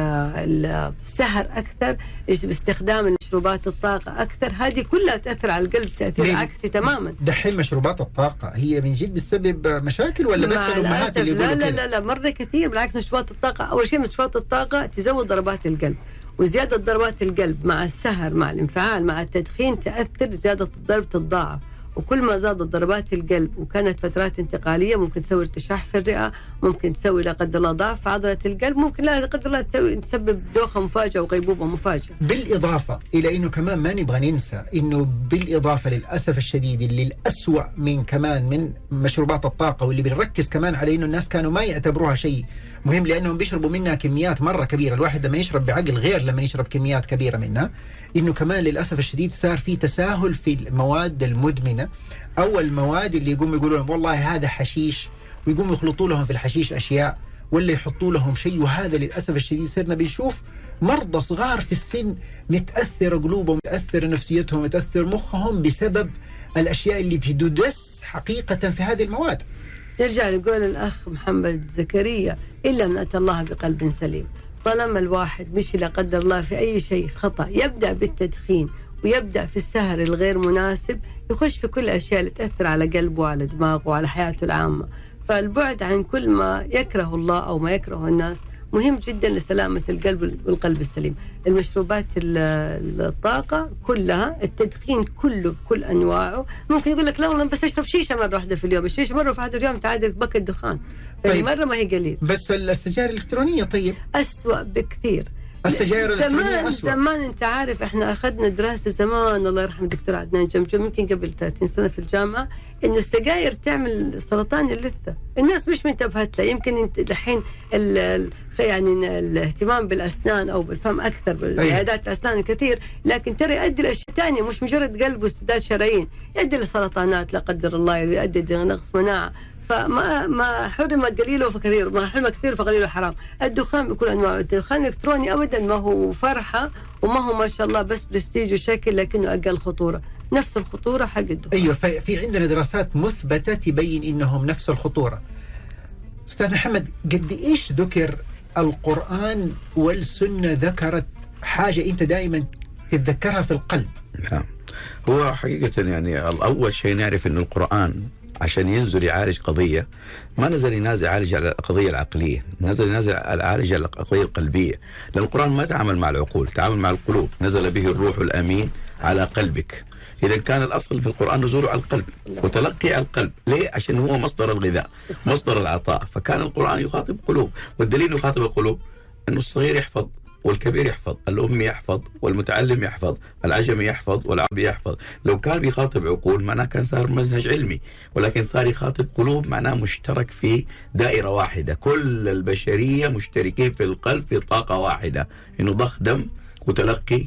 Speaker 4: السهر أكثر، باستخدام المشروبات الطاقة أكثر، هذه كلها تأثر على القلب تأثير عكسي تماما.
Speaker 3: دحين مشروبات الطاقة هي من جد بتسبب مشاكل ولا بس الأمهات اللي يقولوا
Speaker 4: لا, لا لا لا مرة كثير، بالعكس مشروبات الطاقة أول شيء مشروبات الطاقة تزود ضربات القلب، وزيادة ضربات القلب مع السهر مع الانفعال مع التدخين تأثر زيادة الضرب تتضاعف، وكل ما زادت ضربات القلب وكانت فترات انتقالية ممكن تسوي ارتشاح في الرئة، ممكن تسوي لا قدر الله ضعف في عضلة القلب، ممكن لا قدر الله تسوي تسبب دوخة مفاجئة وغيبوبة مفاجئة.
Speaker 3: بالإضافة إلى إنه كمان ما نبغى ننسى إنه بالإضافة للأسف الشديد اللي الأسوأ من كمان من مشروبات الطاقة، واللي بنركز كمان على إنه الناس كانوا ما يعتبروها شيء مهم لأنهم بيشربوا منها كميات مرة كبيرة، الواحد لما يشرب بعقل غير لما يشرب كميات كبيرة منها، إنه كمان للأسف الشديد صار في تساهل في المواد المدمنة أو المواد اللي يقوموا يقولوا لهم والله هذا حشيش، ويقوموا يخلطوا لهم في الحشيش أشياء ولا يحطوا لهم شيء، وهذا للأسف الشديد صرنا بنشوف مرضى صغار في السن متأثر قلوبهم، متأثر نفسيتهم، متأثر مخهم بسبب الأشياء اللي بتدس حقيقة في هذه المواد.
Speaker 4: نرجع نقول الأخ محمد زكريا إلا من أتى الله بقلب سليم. طالما الواحد مش لا قدر الله في أي شيء خطأ يبدأ بالتدخين ويبدأ في السهر الغير مناسب، يخش في كل الأشياء اللي تأثر على قلبه وعلى دماغه وعلى حياته العامة. فالبعد عن كل ما يكره الله أو ما يكره الناس مهم جدا لسلامة القلب والقلب السليم. المشروبات الطاقة كلها، التدخين كله بكل أنواعه، ممكن يقول لك لا والله بس أشرب شيشة مرة واحدة في اليوم، الشيشة مرة واحدة في اليوم تعادل بك الدخان، طيب مرة ما هي قليل.
Speaker 3: بس السجائر الإلكترونية طيب
Speaker 4: أسوأ بكثير.
Speaker 3: السجائر الإلكترونية أسوأ.
Speaker 4: زمان أنت عارف إحنا أخذنا دراسة زمان الله يرحم الدكتور عدنان جمجم يمكن قبل ثلاثين سنة في الجامعة إنه السجائر تعمل سرطان اللثة، الناس مش منتبهت له. يمكن أنت الحين يعني الاهتمام بالأسنان أو بالفم أكثر بالعيادات الأسنان كثير، لكن ترى يؤدي لأشياء ثانية مش مجرد قلب واستداد شرايين، يؤدي لسرطانات لا قدر الله، يؤدي لنقص مناعة. فما ما حرم قليله فكثير، ما حرم كثير فقليله حرام. الدخان بكل انواعه، الدخان الالكتروني ابدا ما هو فرحه وما هو ما شاء الله بس برستيج وشكل، لكنه اقل خطوره، نفس الخطوره حق الدخان.
Speaker 3: ايوه في عندنا دراسات مثبته تبين انهم نفس الخطوره. استاذ محمد، قد ايش ذكر القرآن والسنه ذكرت حاجه انت دائما تتذكرها في القلب؟
Speaker 5: نعم، هو حقيقه يعني اول شيء نعرف انه القرآن عشان ينزل يعالج قضية ما نزل ينازل يعالج على القضية العقلية، نزل ينازل يعالج على القضية القلبية، لأن القرآن ما تعامل مع العقول، تعامل مع القلوب. نزل به الروح الأمين على قلبك. إذا كان الأصل في القرآن نزوله على القلب وتلقي على القلب. ليه؟ عشان هو مصدر الغذاء، مصدر العطاء، فكان القرآن يخاطب قلوب. والدليل يخاطب القلوب أنه الصغير يحفظ والكبير يحفظ، الأمي يحفظ والمتعلم يحفظ، العجمي يحفظ والعربي يحفظ. لو كان بيخاطب عقول معناه كان صار منهج علمي، ولكن صار يخاطب قلوب معناه مشترك في دائرة واحدة. كل البشرية مشتركين في القلب في طاقة واحدة، إنه ضخ دم وتلقي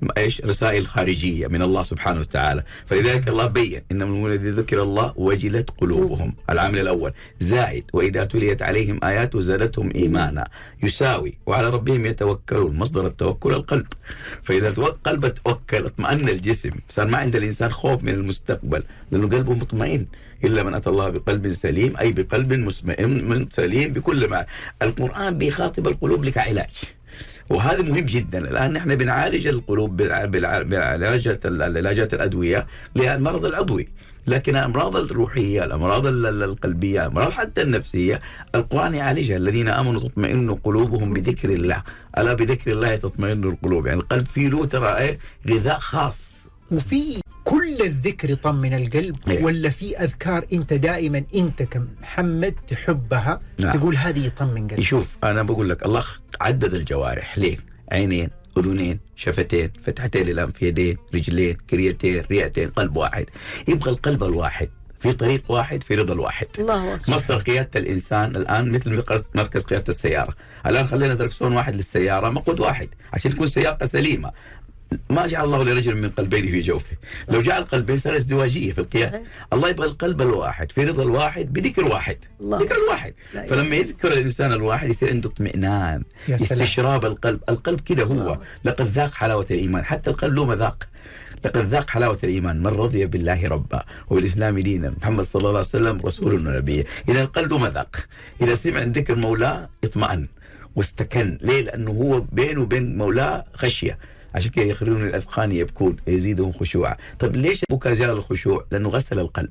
Speaker 5: ايش رسائل خارجيه من الله سبحانه وتعالى. فلذلك الله بين انما المؤمنون الذين ذكر الله وجلت قلوبهم، العامل الاول زائد واذا تليت عليهم اياته زادتهم ايمانا يساوي وعلى ربهم يتوكلون، مصدر التوكل القلب. فاذا قلبه توكل اطمأن الجسم، صار ما عند الانسان خوف من المستقبل لانه قلبه مطمئن. إلا من أتى الله بقلب سليم، أي بقلب مسمئن سليم بكل ما. القرآن بيخاطب القلوب لك علاج، وهذا مهم جدا. الآن نحن بنعالج القلوب بالعلاجات العلاجات الأدوية للمرض العضوي، لكن الأمراض الروحية، الأمراض القلبية، الأمراض حتى النفسية، القرآن يعالجها. الذين آمنوا تطمئن قلوبهم بذكر الله، ألا بذكر الله تطمئن القلوب. يعني القلب فيه له ترى إيه غذاء خاص.
Speaker 3: وفي كل الذكر يطمن القلب إيه؟ ولا في أذكار أنت دائما أنت كمحمد تحبها نعم. تقول هذه يطمن قلب؟
Speaker 5: شوف أنا بقول لك الله عدد الجوارح ليه؟ عينين، أذنين، شفتين، فتحتين للأنف، يدين، رجلين، كريتين، رئتين، قلب واحد. يبغى القلب الواحد في طريق واحد في رضا الواحد.
Speaker 4: الله أكبر.
Speaker 5: مصدر قيادة الإنسان الآن مثل مركز قيادة السيارة. الآن خلينا دركسون واحد للسيارة، مقود واحد عشان تكون سياقة سليمة. ما جعل الله لرجل من قلبين في جوفه. لو جعل قلبين صار ازدواجية في القيادة. الله يبغى القلب الواحد في رضا الواحد بذكر واحد. الله. ذكر الواحد. فلما يذكر الإنسان الواحد يصير عنده اطمئنان، استشراب القلب. القلب كده هو. لقد ذاق حلاوة الإيمان، حتى القلب له مذاق. لقد ذاق حلاوة الإيمان من رضي بالله ربا وبالإسلام دينا محمد صلى الله عليه وسلم رسول ونبي. إذا القلب مذاق، إذا سمع ذكر مولاه اطمأن واستكن. ليه؟ لأنه هو بينه وبين مولاه خشية، عشان كده يخرجون الأذقان يبكون يزيدهم خشوعا. طب ليش البكاء زال الخشوع؟ لأنه غسل القلب.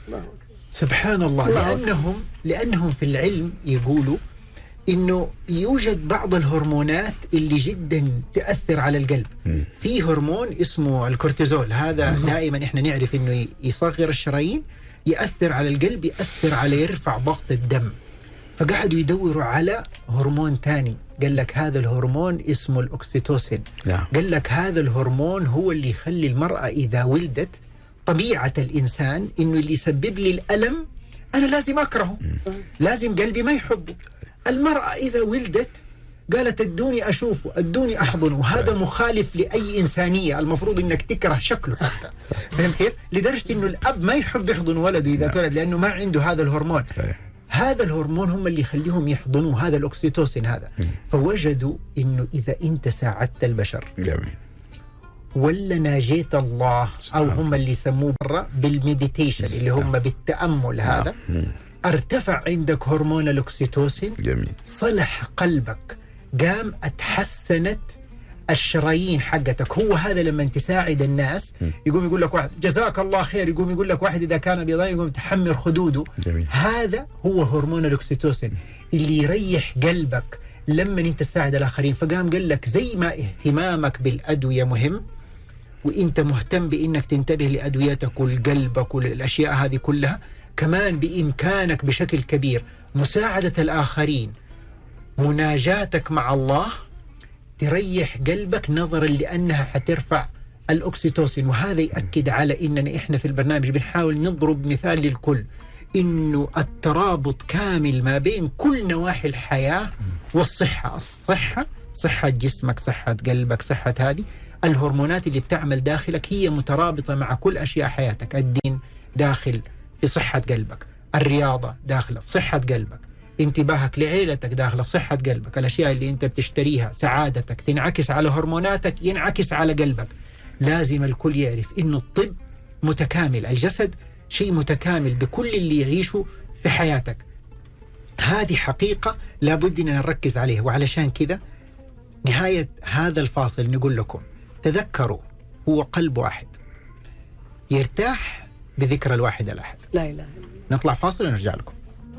Speaker 3: سبحان الله. لأنهم لأنهم في العلم يقولوا إنه يوجد بعض الهرمونات اللي جدا تأثر على القلب. م. في هرمون اسمه الكورتيزول، هذا م. دائما إحنا نعرف إنه يصغر الشرايين، يأثر على القلب، يأثر على يرفع ضغط الدم. فقعدوا يدوروا على هرمون تاني، قال لك هذا الهرمون اسمه الأكسيتوسين. نعم. قال لك هذا الهرمون هو اللي يخلي المرأة إذا ولدت، طبيعة الإنسان إنه اللي يسبب لي الألم أنا لازم أكرهه، م. لازم قلبي ما يحبه. المرأة إذا ولدت قالت ادوني أشوفه، ادوني أحضنه، وهذا مخالف لأي إنسانية. المفروض إنك تكره شكله حتى. فهمت كيف؟ لدرجة إنه الأب ما يحب يحضن ولده إذا تولد لأنه ما عنده هذا الهرمون. هذا الهرمون هم اللي يخليهم يحضنوا، هذا الأكسيتوسين هذا. فوجدوا إنه إذا أنت ساعدت البشر جميل ولا ناجيت الله، أو هم اللي يسموه برا بالميديتيشن اللي هم بالتأمل هذا، ارتفع عندك هرمون الأكسيتوسين. جميل. صلح قلبك، قام اتحسنت الشرايين حقتك. هو هذا لما تساعد الناس يقوم يقول لك واحد جزاك الله خير، يقوم يقول لك واحد إذا كان بيضاء يقوم تحمر خدوده. جميل. هذا هو هرمون الأكسيتوسين اللي يريح قلبك لما انت تساعد الآخرين. فقام قال لك زي ما اهتمامك بالأدوية مهم، وانت مهتم بانك تنتبه لأدويتك والقلبك والأشياء هذه كلها، كمان بإمكانك بشكل كبير مساعدة الآخرين، مناجاتك مع الله تريح قلبك نظرا لأنها حترفع الأكسيتوسين. وهذا يأكد على إننا إحنا في البرنامج بنحاول نضرب مثال للكل، إنه الترابط كامل ما بين كل نواحي الحياة والصحة. الصحة صحة جسمك، صحة قلبك، صحة هذه الهرمونات اللي بتعمل داخلك هي مترابطة مع كل أشياء حياتك. الدين داخل في صحة قلبك، الرياضة داخلة في صحة قلبك، انتباهك لعيلتك داخلة في صحة قلبك، الأشياء اللي انت بتشتريها سعادتك تنعكس على هرموناتك، ينعكس على قلبك. لازم الكل يعرف إنه الطب متكامل، الجسد شيء متكامل بكل اللي يعيشه في حياتك. هذه حقيقة لابد أن نركز عليها. وعلشان كذا نهاية هذا الفاصل نقول لكم تذكروا هو قلب واحد يرتاح بذكر الواحد الأحد.
Speaker 4: لا إله إلا الله.
Speaker 3: نطلع فاصل ونرجع لكم.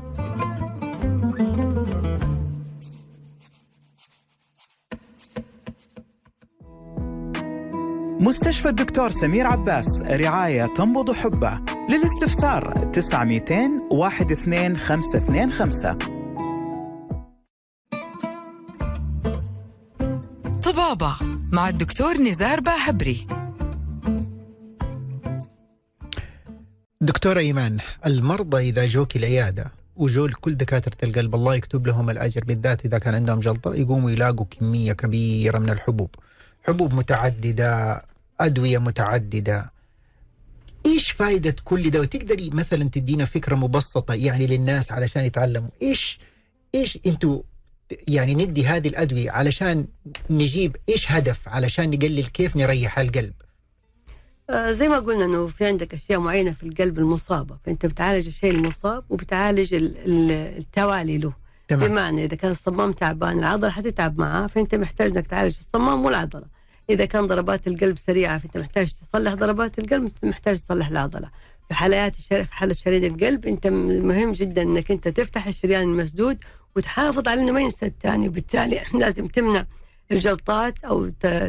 Speaker 1: مستشفى الدكتور سمير عباس، رعاية تنبض حبه. للاستفسار تسعة مئتين واحد اثنين خمسة اثنين خمسة.
Speaker 2: طبابة مع الدكتور نزار باهبري.
Speaker 3: دكتورة إيمان، المرضى إذا جوك العيادة وجول كل دكاترة القلب الله يكتب لهم الأجر، بالذات إذا كان عندهم جلطة، يقوموا يلاقوا كمية كبيرة من الحبوب حبوب متعددة، أدوية متعددة، إيش فائدة كل ده؟ وتقدري مثلا تدينا فكرة مبسطة يعني للناس علشان يتعلموا إيش إيش أنتوا يعني ندي هذه الأدوية علشان نجيب إيش هدف علشان نقلل كيف نريح القلب؟
Speaker 4: آه زي ما قلنا أنه في عندك أشياء معينة في القلب المصابة، فأنت بتعالج الشيء المصاب وبتعالج التوالي له. تمام. بمعنى إذا كان الصمام تعبان العضلة حتتعب معاه، فأنت محتاج أنك تعالج الصمام والعضلة. إذا كان ضربات القلب سريعة فأنت محتاج تصلح ضربات القلب، محتاج تصلح العضلة. في حالات في حالة شريان القلب أنت مهم جدا أنك أنت تفتح الشريان المسدود وتحافظ على أنه ما ينسد تاني، وبالتالي لازم تمنع الجلطات أو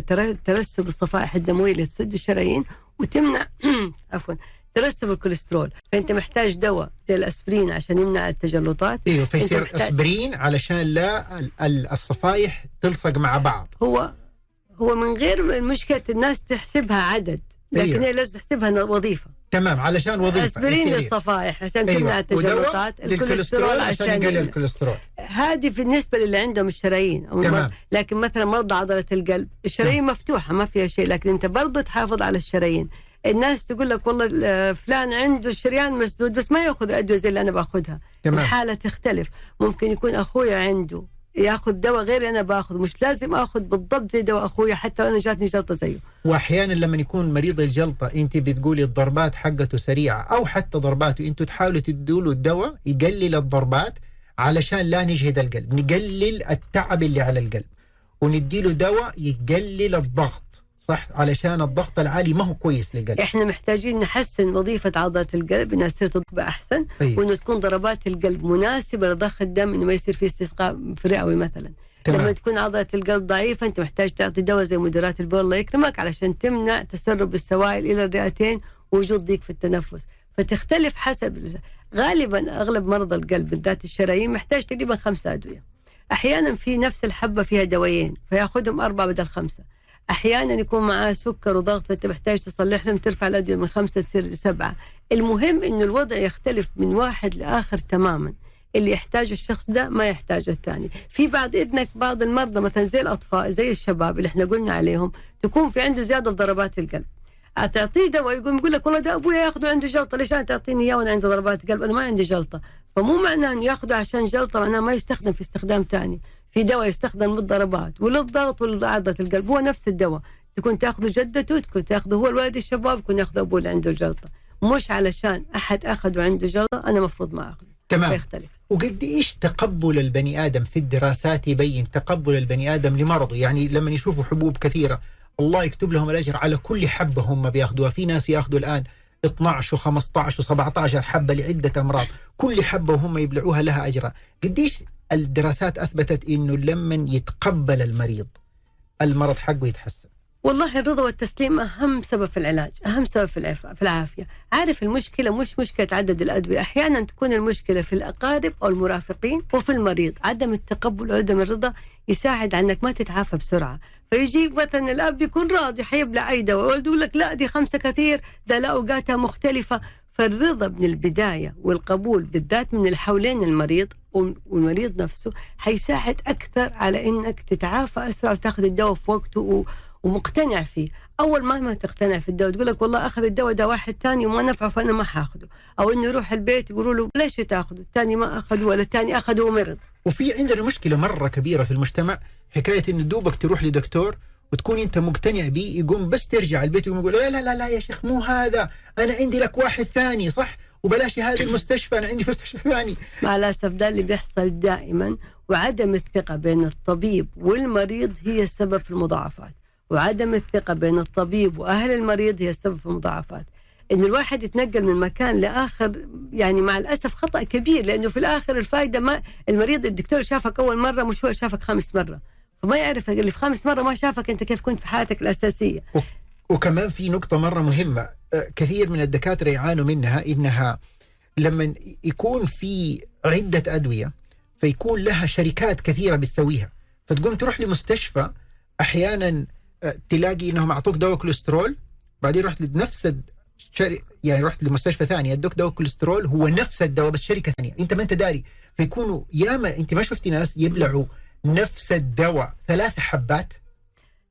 Speaker 4: ترسب الصفائح الدموية اللي تسد الشرايين، وتمنع عفوا ترسب الكوليسترول. فأنت محتاج دواء زي الأسبرين عشان يمنع التجلطات.
Speaker 3: ايوه فيصير أسبرين علشان لا الصفائح تلصق مع بعض.
Speaker 4: هو هو من غير مشكلة الناس تحسبها عدد، لكن أيوه. هي لازم تحسبها وظيفة.
Speaker 3: تمام، علشان وظيفة.
Speaker 4: أسبرين للصفائح عشان
Speaker 3: أيوه.
Speaker 4: تمنع التجلطات،
Speaker 3: الكوليسترول عشان يقلل الكوليسترول.
Speaker 4: هذه بالنسبة للي عندهم الشرايين أو
Speaker 3: تمام.
Speaker 4: لكن مثلا مرضى عضلة القلب الشرايين تمام. مفتوحة ما فيها شيء، لكن أنت برضه تحافظ على الشرايين. الناس تقول لك والله فلان عنده الشريان مسدود بس ما يأخذ أدوية زي اللي أنا بأخذها. تمام. الحالة تختلف، ممكن يكون أخويا عنده ياخذ دواء غير انا باخذ، مش لازم اخذ بالضبط زي دواء اخويا حتى لو انا جاتني جلطه زيه.
Speaker 3: واحيانا لما يكون مريض الجلطه انت بتقولي الضربات حقته سريعه او حتى ضرباته انتوا تحاولوا تدوا له الدواء يقلل الضربات علشان لا نجهد القلب، نقلل التعب اللي على القلب، ونديله دواء يقلل الضغط، صح؟ علشان الضغط العالي ما هو كويس للقلب.
Speaker 4: احنا محتاجين نحسن وظيفه عضله القلب انها تصير تضرب احسن. أيه. وانه تكون ضربات القلب مناسبه لضخ الدم، انه ما يصير فيه استسقاء في رئوي مثلا. تمام. لما تكون عضله القلب ضعيفه انت محتاج تعطي دواء زي مدرات البول الله يكرمك علشان تمنع تسرب السوائل الى الرئتين ووجود ضيق في التنفس. فتختلف حسب، غالبا اغلب مرضى القلب بالذات الشرايين محتاج تقريبا خمسة ادويه. احيانا في نفس الحبه فيها دوايين فياخذهم اربعه بدل خمسه. أحيانا يكون معاه سكر وضغط فأنت محتاج تصلح لهم ترفع الأدوية من خمسة تصير سبعة. المهم إنه الوضع يختلف من واحد لآخر تماما، اللي يحتاج الشخص ده ما يحتاج الثاني. في بعض إذنك بعض المرضى مثلا زي الأطفال زي الشباب اللي إحنا قلنا عليهم تكون في عنده زيادة في ضربات القلب، أتعطيه دواء يقول يقول لك والله ده أبويا ياخده عنده جلطة، ليش أنا تعطيني إياه وأنا عندي ضربات قلب؟ أنا ما عندي جلطة. فمو معناه إنه ياخده عشان جلطة معناه ما يستخدم في استخدام تاني. في دواء يستخدم للضربات وللضغط ولعضلة القلب، هو نفس الدواء تكون تاخذه جدته، تكون تاخذه هو الولد الشباب، يكون ياخذه ابوه اللي عنده الجلطه، مش علشان احد اخذه عنده جلطه انا مفروض ما اخذه.
Speaker 3: تمام.
Speaker 4: فيختلف.
Speaker 3: وقد ايش تقبل البني ادم في الدراسات يبين تقبل البني ادم لمرضه، يعني لما يشوفوا حبوب كثيره الله يكتب لهم الاجر على كل حبه هم بياخذوها، في ناس ياخذوا الان اثنعش وخمسطعش وسبعطعش حبه لعده امراض، كل حبه وهم يبلعوها لها اجر. قد ايش الدراسات اثبتت انه لما يتقبل المريض المرض حقه يتحسن؟
Speaker 4: والله الرضا والتسليم أهم سبب في العلاج، أهم سبب في في العافية. عارف المشكلة مش مشكلة عدد الأدوية، أحيانا تكون المشكلة في الأقارب أو المرافقين وفي المريض. عدم التقبل وعدم الرضا يساعد على أنك ما تتعافى بسرعة. فيجيك مثلا الأب يكون راضي حيبلع أي دواء ويقول يقول لك لا دي خمسة كثير، ده لا أوقاتها مختلفة. فالرضا من البداية والقبول بالذات من الحولين المريض والمريض نفسه حيساعد أكثر على أنك تتعافى أسرع وتأخذ الدواء في وقته و ومقتنع فيه. أول ما ما تقتنع في الدواء تقول لك والله أخذ الدواء ده واحد تاني وما نفعه فأنا ما حاخده، أو إنه يروح البيت يقولوا له ليش تأخذه، الثاني ما أخذه ولا الثاني أخذه ومرض.
Speaker 3: وفي عندنا مشكلة مرة كبيرة في المجتمع، حكاية إنه دوبك تروح لدكتور وتكون أنت مقتنع بيه يقوم بس ترجع البيت يقوم يقول لا لا لا لا يا شيخ مو هذا، أنا عندي لك واحد ثاني صح، وبلاش هذا المستشفى أنا عندي مستشفى ثاني.
Speaker 4: مع الأسف ده اللي بيحصل دائما، وعدم الثقة بين الطبيب والمريض هي السبب في المضاعفات، وعدم الثقة بين الطبيب وأهل المريض هي السبب في المضاعفات. إن الواحد يتنقل من مكان لآخر يعني مع الأسف خطأ كبير، لأنه في الآخر الفائدة ما المريض الدكتور شافك أول مرة مش هو شافك خامس مرة، فما يعرف اللي في خامس مرة ما شافك أنت كيف كنت في حياتك الأساسية.
Speaker 3: وكمان في نقطة مرة مهمة كثير من الدكاترة يعانوا منها، إنها لما يكون في عدة أدوية فيكون لها شركات كثيرة بتسويها، فتقوم تروح لمستشفى أحيانا تلاقي إنهم أعطوك دواء كوليسترول، بعدين رحت لنفس الشركة يعني رحت لمستشفى ثانية ادوك دواء كوليسترول هو نفس الدواء بس شركة ثانية أنت ما أنت داري. فيكونوا ياما أنت ما شفتي ناس يبلعوا نفس الدواء ثلاث حبات.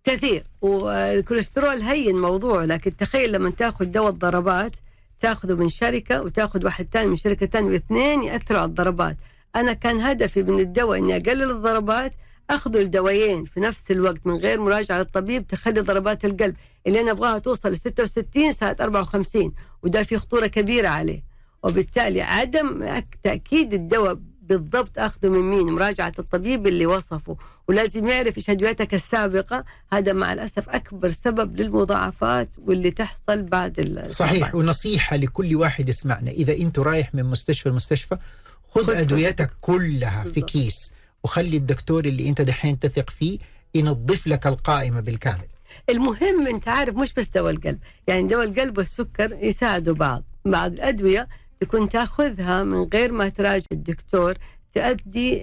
Speaker 4: كثير. والكوليسترول هين موضوع، لكن تخيل لما تاخذ دواء الضربات تاخذه من شركة وتاخذ واحد تاني من شركة تانية، واثنين يأثروا على الضربات. أنا كان هدفي من الدواء إني أقلل الضربات، أخذوا الدوايين في نفس الوقت من غير مراجعة للطبيب، تخلي ضربات القلب اللي أنا أبغاها توصل ل ستة وستين صارت أربعة وخمسين، وده في خطورة كبيرة عليه. وبالتالي عدم تأكيد الدواء بالضبط أخذه من مين، مراجعة الطبيب اللي وصفه، ولازم يعرف إيش أدويتك السابقة. هذا مع الأسف أكبر سبب للمضاعفات واللي تحصل بعد الصحبات.
Speaker 3: صحيح. ونصيحة لكل واحد يسمعنا، إذا أنت رايح من مستشفى المستشفى خذ أدويتك كلها في كيس، وخلي الدكتور اللي أنت دحين تثق فيه ينظف لك القائمة بالكامل.
Speaker 4: المهم أنت عارف مش بس دواء القلب، يعني دواء القلب والسكر يساعدوا بعض. بعض الأدوية تكون تأخذها من غير ما تراجع الدكتور، تؤدي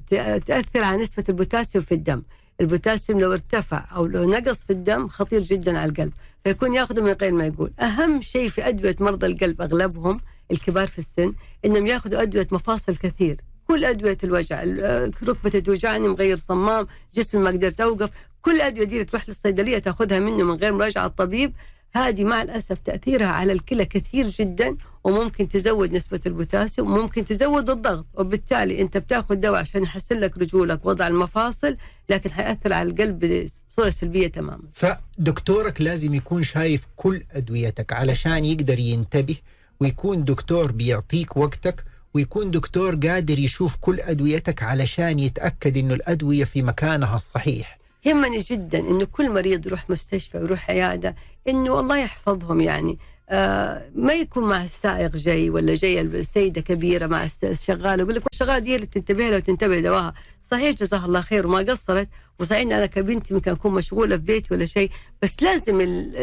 Speaker 4: تأثر على نسبة البوتاسيوم في الدم. البوتاسيوم لو ارتفع أو لو نقص في الدم خطير جدا على القلب، فيكون يأخذه من غير ما يقول. أهم شيء في أدوية مرضى القلب أغلبهم الكبار في السن إنهم يأخذوا أدوية مفاصل كثير. كل أدوية الوجع، ركبة توجعني، مغير صمام، جسمي ما قدرت أوقف، كل أدوية دي تروح للصيدلية تأخذها منه من غير مراجعة الطبيب. هذه مع الأسف تأثيرها على الكلى كثير جدا، وممكن تزود نسبة البوتاسيوم وممكن تزود الضغط. وبالتالي أنت بتاخذ دواء عشان يحسن لك رجولك وضع المفاصل، لكن حيأثر على القلب بصورة سلبية تماما.
Speaker 3: فدكتورك لازم يكون شايف كل أدويتك علشان يقدر ينتبه، ويكون دكتور بيعطيك وقتك، ويكون دكتور قادر يشوف كل أدويتك علشان يتأكد إنه الأدوية في مكانها الصحيح.
Speaker 4: يهمني جدا إنه كل مريض يروح مستشفى ويروح عيادة إنه الله يحفظهم، يعني آه ما يكون مع السائق جاي ولا جاي السيدة كبيرة مع الشغالة يقول لك والشغالة دي اللي تنتبه لها وتنتبه لدواها. صحيح جزاها الله خير وما قصرت، وصحيح أنا كبنتي ممكن أكون مشغولة في بيتي ولا شيء، بس لازم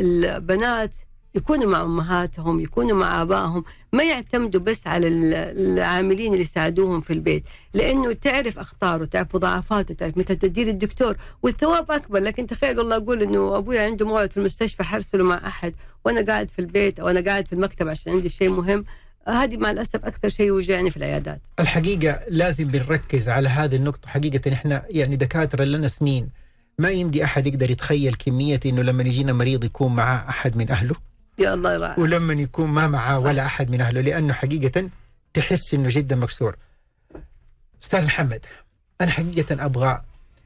Speaker 4: البنات يكونوا مع أمهاتهم، يكونوا مع آبائهم، ما يعتمدوا بس على العاملين اللي يساعدوهم في البيت، لأنه تعرف أخطاره، تعرف مضاعفاته، تعرف متى تدير الدكتور، والثواب أكبر. لكن تخيل والله أقول إنه أبويا عنده موعد في المستشفى حرسله مع أحد وأنا قاعد في البيت أو أنا قاعد في المكتب عشان عندي شيء مهم. هذه مع الأسف أكثر شيء يوجعني في العيادات.
Speaker 3: الحقيقة لازم بنركز على هذه النقطة. حقيقة إحنا يعني دكاترة لنا سنين، ما يمدي أحد يقدر يتخيل كمية إنه لما يجينا مريض يكون معاه أحد من أهله،
Speaker 4: يا الله يراعي،
Speaker 3: ولما يكون ما معاه ولا أحد من أهله، لأنه حقيقة تحس إنه جدا مكسور. أستاذ محمد، أنا حقيقة أبغى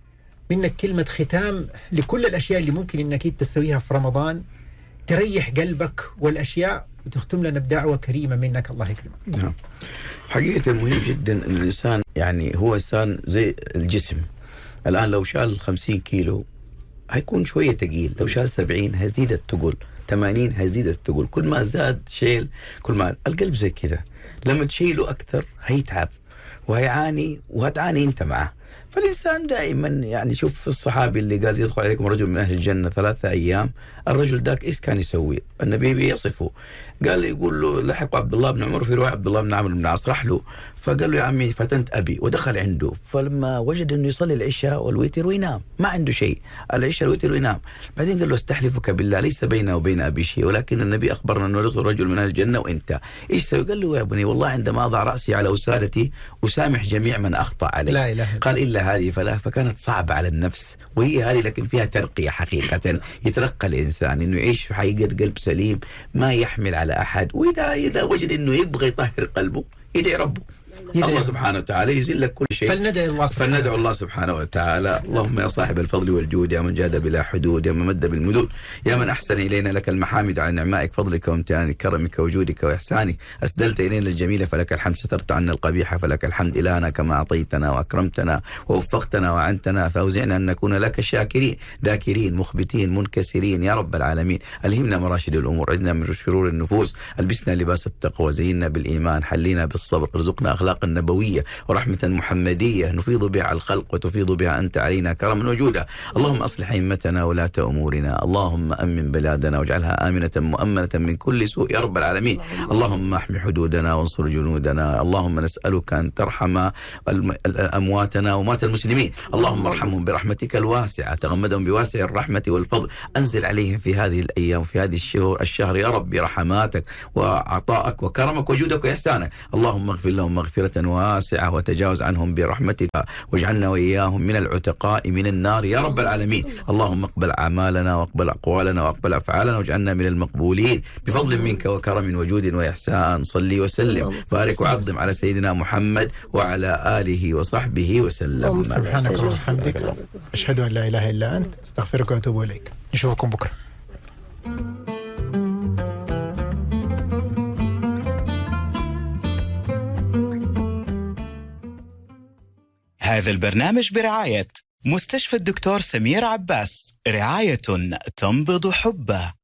Speaker 3: منك كلمة ختام لكل الأشياء اللي ممكن إنك تسويها في رمضان تريح قلبك والأشياء، وتختم لنا بدعوة كريمة منك. الله يكرمك.
Speaker 5: نعم، حقيقة مهم جدا أن الإنسان يعني هو إنسان زي الجسم. الآن لو شال خمسين كيلو هيكون شوية تقيل، لو شال سبعين هيزيد التقل، ثمانين هيزيد التقل. كل ما زاد شيل كل ما القلب زي كذا، لما تشيله أكثر هيتعب وهيعاني وهتعاني أنت معه. فالإنسان دائما يعني شوف الصحابي اللي قال يدخل عليكم رجل من أهل الجنة ثلاثة أيام، الرجل ذاك إيش كان يسوي؟ النبي بيصفه، قال يقول له لحق عبد الله بن عمر، في رواية عبد الله بن عمرو بن العاص، راح له فقال له يا عمي فتنت أبي، ودخل عنده، فلما وجد أنه يصلي العشاء والوتر وينام، ما عنده شيء، العشاء والوتر وينام. بعدين قال له استحلفك بالله ليس بينه وبين أبي شيء، ولكن النبي أخبرنا أنه يدخل رجل من أهل الجنة وأنت إيش سوي؟ قال له يا ابني والله عندما أضع رأسي على وسادتي أسامح جميع من أخطأ علي.
Speaker 3: لا إله.
Speaker 5: قال إلا هذه فلا، فكانت صعبة على النفس، وهي هذه لكن فيها ترقية حقيقة، يترقى الإنسان إنه يعيش في حقيقة قلب سليم ما يحمل على أحد. وإذا إذا وجد إنه يبغى يطهر قلبه يدعي ربه، يدعي الله سبحانه وتعالى يزيل لك كل شيء.
Speaker 3: فلندعي الله سبحانه
Speaker 5: فلندعو الله سبحانه وتعالى. اللهم يا صاحب الفضل والجود، يا من جاد بلا حدود، يا من مد بالمدود، يا من أحسن إلينا، لك المحامد على نعمائك فضلك وامتنانك كرمك وجودك وإحسانك، أسدلت إلينا الجميل فلك الحمد، سترت عنا القبيح فلك الحمد. إلهنا كما أعطيتنا وأكرمتنا ووفقتنا وعنتنا، فأوزعنا أن نكون لك شاكرين ذاكرين مخبتين منكسرين يا رب العالمين. ألهمنا مراشد الأمور، عدنا من شرور النفوس، ألبسنا لباس التقوى، زينا بالإيمان، حلينا بالصبر، ارزقنا أخلاق النبوية ورحمة محمدية نفيض بها على الخلق وتفيض بها أنت علينا كرما وجودا. اللهم أصلح أئمتنا ولاة أمورنا، اللهم أمن بلادنا واجعلها آمنة مؤمنة من كل سوء يا رب العالمين. اللهم احمي حدودنا وانصر جنودنا، اللهم نسألك أن ترحم أمواتنا وموات المسلمين، اللهم ارحمهم برحمتك الواسعة، تغمدهم بواسع الرحمة والفضل، أنزل عليهم في هذه الأيام في هذه الشهور الشهر يا رب رحماتك وعطائك وكرمك وجودك وإحسانك. اللهم اغفر لهم مغفرة واسعة وتجاوز عنهم برحمتك، واجعلنا وإياهم من العتقاء من النار يا رب العالمين. اللهم اقبل أعمالنا واقبل أقوالنا واقبل أفعالنا، واجعلنا من المقبولين بفضل منك وكرم وجود وإحسان. صلي وسلم بارك وعظم على سيدنا محمد وعلى آله وصحبه وسلم.
Speaker 3: سبحانك اللهم وبحمدك، أشهد أن لا إله إلا أنت، أستغفرك وأتوب إليك. نشوفكم بكرة.
Speaker 1: هذا البرنامج برعاية مستشفى الدكتور سمير عباس، رعاية تنبض حبه.